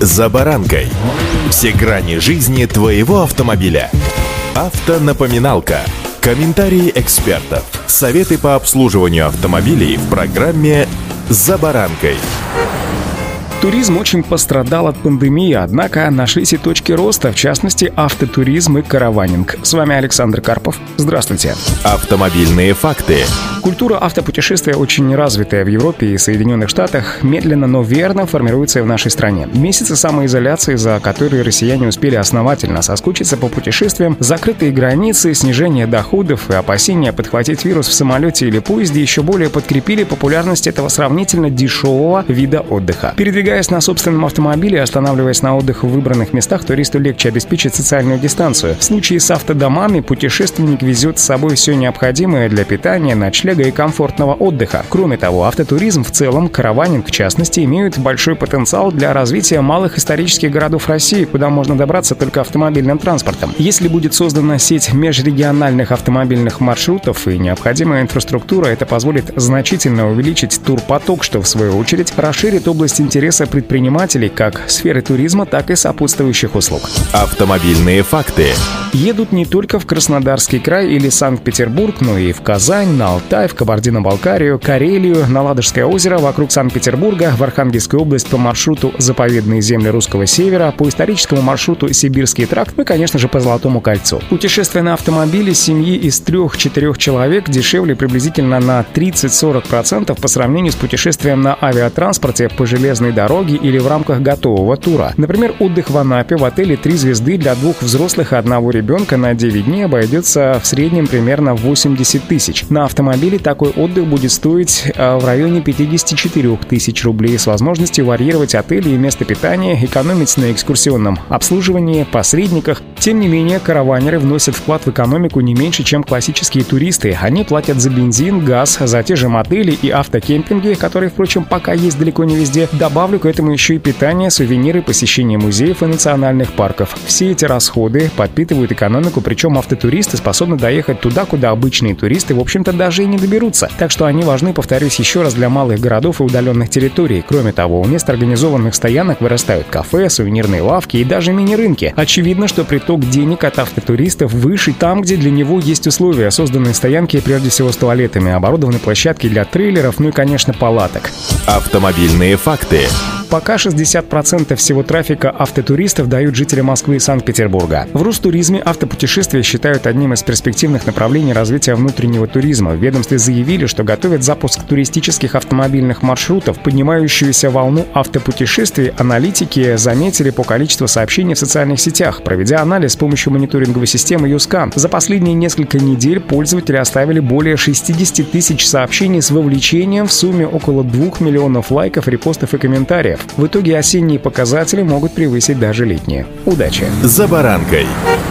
«За баранкой». Все грани жизни твоего автомобиля. Автонапоминалка. Комментарии экспертов. Советы по обслуживанию автомобилей в программе «За баранкой». Туризм очень пострадал от пандемии, однако нашлись и точки роста, в частности, автотуризм и караванинг. С вами Александр Карпов. Здравствуйте. Автомобильные факты. Культура автопутешествия очень развитая в Европе и Соединенных Штатах, медленно, но верно формируется и в нашей стране. Месяцы самоизоляции, за которые россияне успели основательно соскучиться по путешествиям, закрытые границы, снижение доходов и опасения подхватить вирус в самолете или поезде еще более подкрепили популярность этого сравнительно дешевого вида отдыха. Передвигаясь на собственном автомобиле и останавливаясь на отдых в выбранных местах, туристу легче обеспечить социальную дистанцию. В случае с автодомами путешественник везет с собой все необходимое для питания, ночлега и комфортного отдыха. Кроме того, автотуризм в целом, караванинг в частности, имеют большой потенциал для развития малых исторических городов России, куда можно добраться только автомобильным транспортом. Если будет создана сеть межрегиональных автомобильных маршрутов и необходимая инфраструктура, это позволит значительно увеличить турпоток, что в свою очередь расширит область интереса предпринимателей как сферы туризма, так и сопутствующих услуг. Автомобильные факты. Едут не только в Краснодарский край или Санкт-Петербург, но и в Казань, на Алтай, в Кабардино-Балкарию, Карелию, на Ладожское озеро, вокруг Санкт-Петербурга, в Архангельскую область по маршруту «Заповедные земли Русского Севера», по историческому маршруту «Сибирский тракт», ну и, конечно же, по Золотому кольцу. Путешествие на автомобиле семьи из 3-4 человек дешевле приблизительно на 30-40% по сравнению с путешествием на авиатранспорте по железной дороге или в рамках готового тура. Например, отдых в Анапе в отеле 3 звезды для 2 взрослых и 1 ребенка на 9 дней обойдется в среднем примерно 80 тысяч. На автомобиле такой отдых будет стоить в районе 54 тысяч рублей с возможностью варьировать отели и место питания, экономить на экскурсионном обслуживании, посредниках. Тем не менее, караванеры вносят вклад в экономику не меньше, чем классические туристы. Они платят за бензин, газ, за те же мотели и автокемпинги, которые, впрочем, пока есть далеко не везде. Добавлю к этому еще и питание, сувениры, посещение музеев и национальных парков. Все эти расходы подпитывают экономику, причем автотуристы способны доехать туда, куда обычные туристы, в общем-то, даже и не доберутся. Так что они важны, повторюсь еще раз, для малых городов и удаленных территорий. Кроме того, вместо организованных стоянок вырастают кафе, сувенирные лавки и даже мини-рынки. Очевидно, что приток денег от автотуристов выше там, где для него есть условия. Созданные стоянки, прежде всего, с туалетами, оборудованы площадки для трейлеров, ну и, конечно, палаток. Автомобильные факты. Пока 60% всего трафика автотуристов дают жители Москвы и Санкт-Петербурга. В Рустуризме автопутешествия считают одним из перспективных направлений развития внутреннего туризма. В ведомстве заявили, что готовят запуск туристических автомобильных маршрутов. Поднимающуюся волну автопутешествий аналитики заметили по количеству сообщений в социальных сетях, проведя анализ с помощью мониторинговой системы YouScan. За последние несколько недель пользователи оставили более 60 тысяч сообщений с вовлечением, в сумме около 2 миллионов лайков, репостов и комментариев. В итоге осенние показатели могут превысить даже летние. Удачи! «За баранкой».